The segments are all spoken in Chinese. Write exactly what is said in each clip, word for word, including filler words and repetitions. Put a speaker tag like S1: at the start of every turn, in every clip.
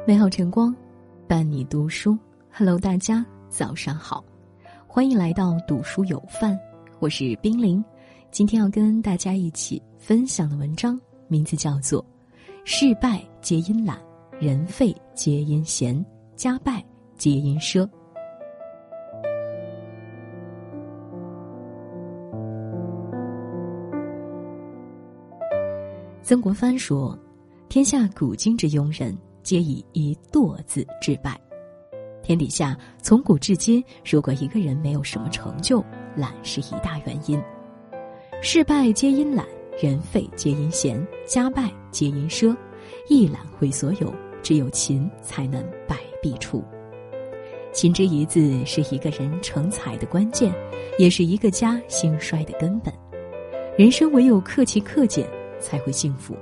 S1: 美好晨光伴你读书。 Hello， 大家早上好，欢迎来到读书有范，我是冰凌。今天要跟大家一起分享的文章名字叫做事败皆因懒，人废皆因闲，家败皆因奢。曾国藩说，天下古今之庸人，皆以一惰字致败。天底下从古至今，如果一个人没有什么成就，懒是一大原因。事败皆因懒，人废皆因闲，家败皆因奢。一懒毁所有，只有勤才能百弊除。勤之一字是一个人成才的关键，也是一个家兴衰的根本。人生唯有克勤克俭，才会幸福。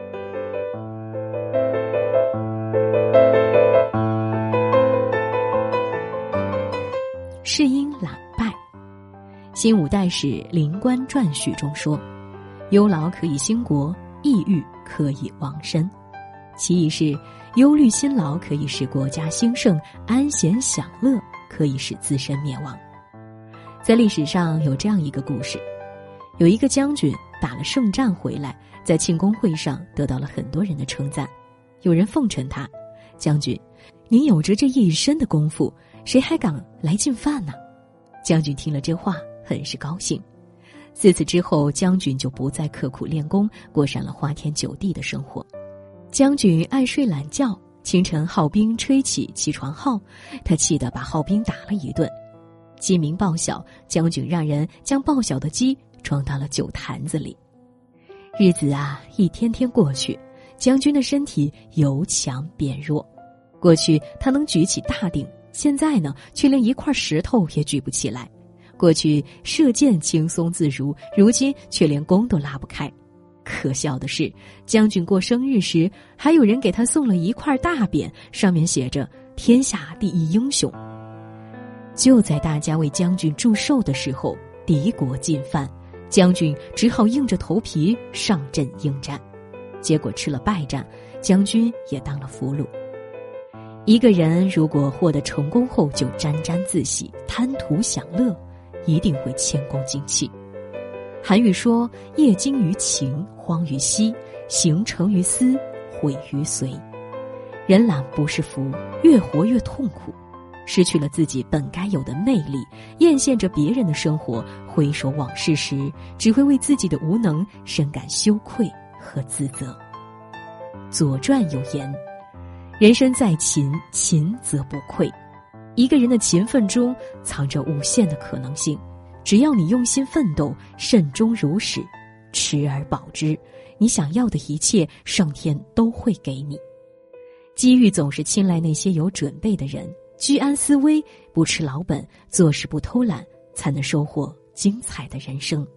S1: 是因懒败。新五代史灵官传序中说，忧劳可以兴国，抑郁可以亡身。其意是，忧虑辛劳可以使国家兴盛，安闲享乐可以使自身灭亡。在历史上有这样一个故事，有一个将军打了胜战回来，在庆功会上得到了很多人的称赞。有人奉承他，将军，您有着这一身的功夫，谁还敢来进饭呢？将军听了这话，很是高兴。自此之后，将军就不再刻苦练功，过上了花天酒地的生活。将军爱睡懒觉，清晨号兵吹起起床号，他气得把号兵打了一顿。鸡鸣报晓，将军让人将报晓的鸡装到了酒坛子里。日子啊，一天天过去，将军的身体由强变弱。过去他能举起大鼎，现在呢，却连一块石头也举不起来。过去射箭轻松自如，如今却连弓都拉不开。可笑的是，将军过生日时，还有人给他送了一块大匾，上面写着天下第一英雄。就在大家为将军祝寿的时候，敌国进犯，将军只好硬着头皮上阵应战。结果吃了败战，将军也当了俘虏。一个人如果获得成功后就沾沾自喜，贪图享乐，一定会前功尽弃。韩愈说，业精于情，荒于嬉，行成于思，毁于随。人懒不是福，越活越痛苦，失去了自己本该有的魅力，艳羡着别人的生活，回首往事时，只会为自己的无能深感羞愧和自责。左传有言，人生在勤，勤则不愧。一个人的勤奋中藏着无限的可能性，只要你用心奋斗，慎终如始，持而保之，你想要的一切，上天都会给你。机遇总是青睐那些有准备的人，居安思危，不吃老本，做事不偷懒，才能收获精彩的人生。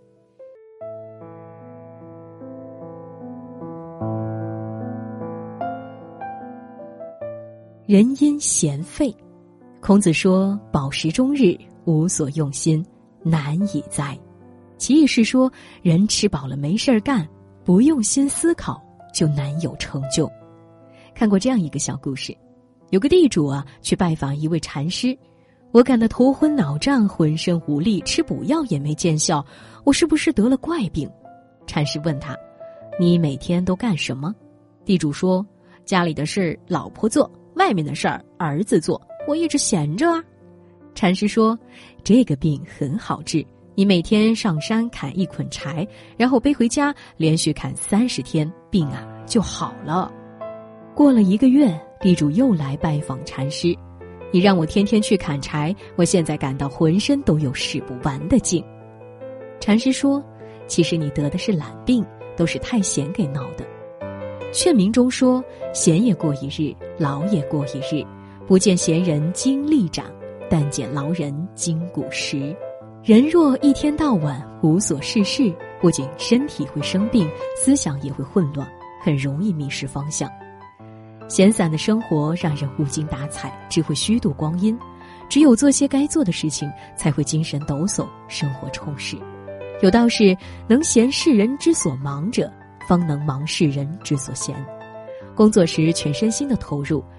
S1: 人因闲废。孔子说，饱食终日，无所用心，难以哉。其意是说，人吃饱了没事干，不用心思考，就难有成就。看过这样一个小故事，有个地主啊，去拜访一位禅师。我感到头昏脑胀，浑身无力，吃补药也没见效，我是不是得了怪病？禅师问他，你每天都干什么？地主说，家里的事老婆做，外面的事儿儿子做，我一直闲着啊。禅师说，这个病很好治，你每天上山砍一捆柴，然后背回家，连续砍三十天，病啊就好了。过了一个月，地主又来拜访禅师，你让我天天去砍柴，我现在感到浑身都有使不完的劲。禅师说，其实你得的是懒病，都是太闲给闹的。劝民中说，闲也过一日，劳也过一日，不见闲人精力长，但见劳人筋骨实。人若一天到晚无所事事，不仅身体会生病，思想也会混乱，很容易迷失方向。闲散的生活让人无精打采，只会虚度光阴。只有做些该做的事情，才会精神抖擞，生活充实。有道是，能闲世人之所忙者，方能忙世人之所闲。工作时全身心的投入，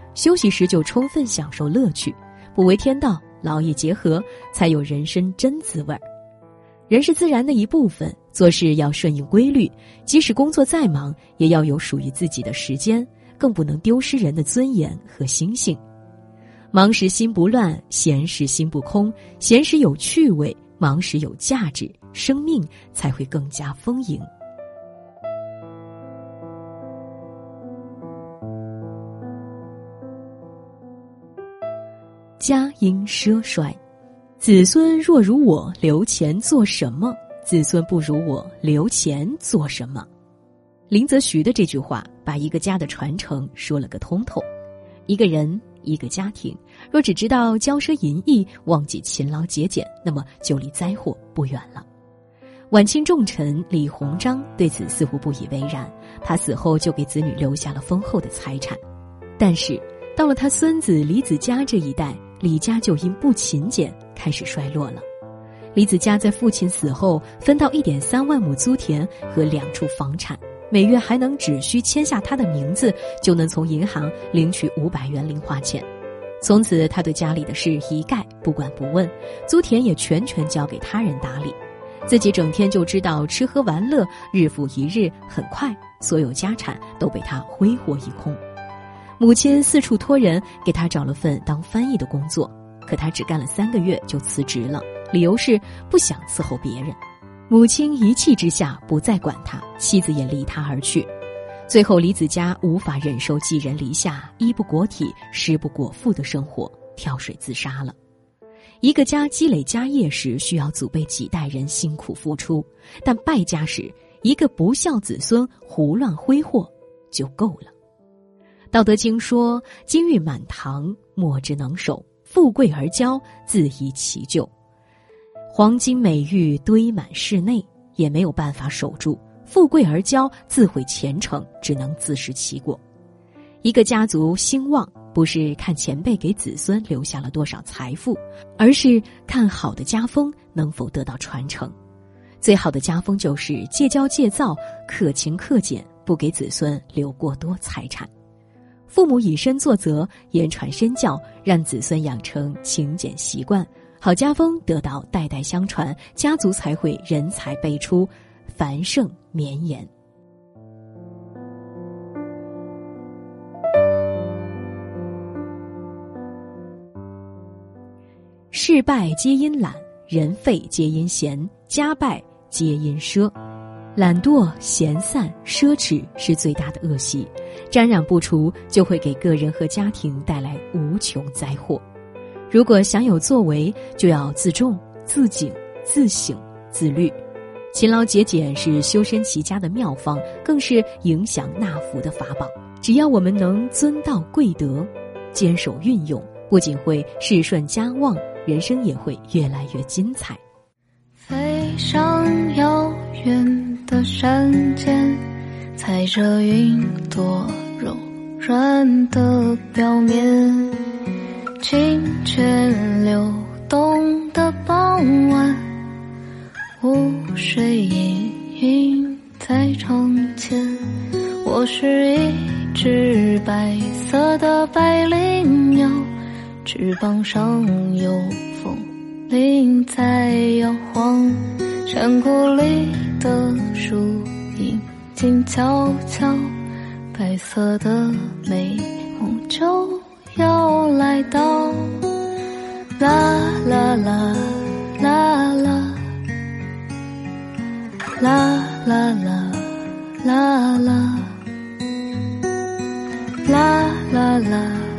S1: 休息时就充分享受乐趣，不违天道，劳逸结合，才有人生真滋味儿。人是自然的一部分，做事要顺应规律，即使工作再忙，也要有属于自己的时间，更不能丢失人的尊严和心性。忙时心不乱，闲时心不空，闲时有趣味，忙时有价值，生命才会更加丰盈。家因奢衰，子孙若如我，留钱做什么？子孙不如我，留钱做什么？林则徐的这句话把一个家的传承说了个通透。一个人，一个家庭，若只知道骄奢淫逸，忘记勤劳节俭，那么就离灾祸不远了。晚清重臣李鸿章对此似乎不以为然，他死后就给子女留下了丰厚的财产。但是到了他孙子李子嘉这一代，李家就因不勤俭开始衰落了。李子嘉在父亲死后分到 一点三万亩租田和两处房产，每月还能只需签下他的名字，就能从银行领取五百元零花钱。从此他对家里的事一概不管不问，租田也全权交给他人打理，自己整天就知道吃喝玩乐，日复一日，很快所有家产都被他挥霍一空。母亲四处托人给他找了份当翻译的工作，可他只干了三个月就辞职了，理由是不想伺候别人。母亲一气之下不再管他，妻子也离他而去。最后李子嘉无法忍受寄人篱下、衣不裹体、食不果腹的生活，跳水自杀了。一个家积累家业时，需要祖辈几代人辛苦付出，但败家时，一个不孝子孙胡乱挥霍就够了。道德经说，金玉满堂，莫之能守，富贵而骄，自遗其咎。黄金美玉堆满室内，也没有办法守住，富贵而骄，自毁前程，只能自食其果。一个家族兴旺，不是看前辈给子孙留下了多少财富，而是看好的家风能否得到传承。最好的家风就是戒骄戒躁，克勤克俭，不给子孙留过多财产。父母以身作则，言传身教，让子孙养成勤俭习惯，好家风得到代代相传，家族才会人才辈出，繁盛绵延。事败皆因懒，人废皆因闲，家败皆因奢。懒惰、闲散、奢侈是最大的恶习，沾染不除，就会给个人和家庭带来无穷灾祸。如果想有作为，就要自重、自警、自省、自律。勤劳节俭是修身齐家的妙方，更是影响纳福的法宝。只要我们能遵道贵德，坚守运用，不仅会事顺家旺，人生也会越来越精彩。
S2: 飞上遥远的山间，踩着云朵柔软的表面，清泉流动的傍晚，湖水氤氲在窗前。我是一只白色的百灵鸟，翅膀上有风铃在摇晃，山谷里的树影静悄悄，白色的美梦就要来到。啦啦啦啦啦啦啦啦啦啦啦啦啦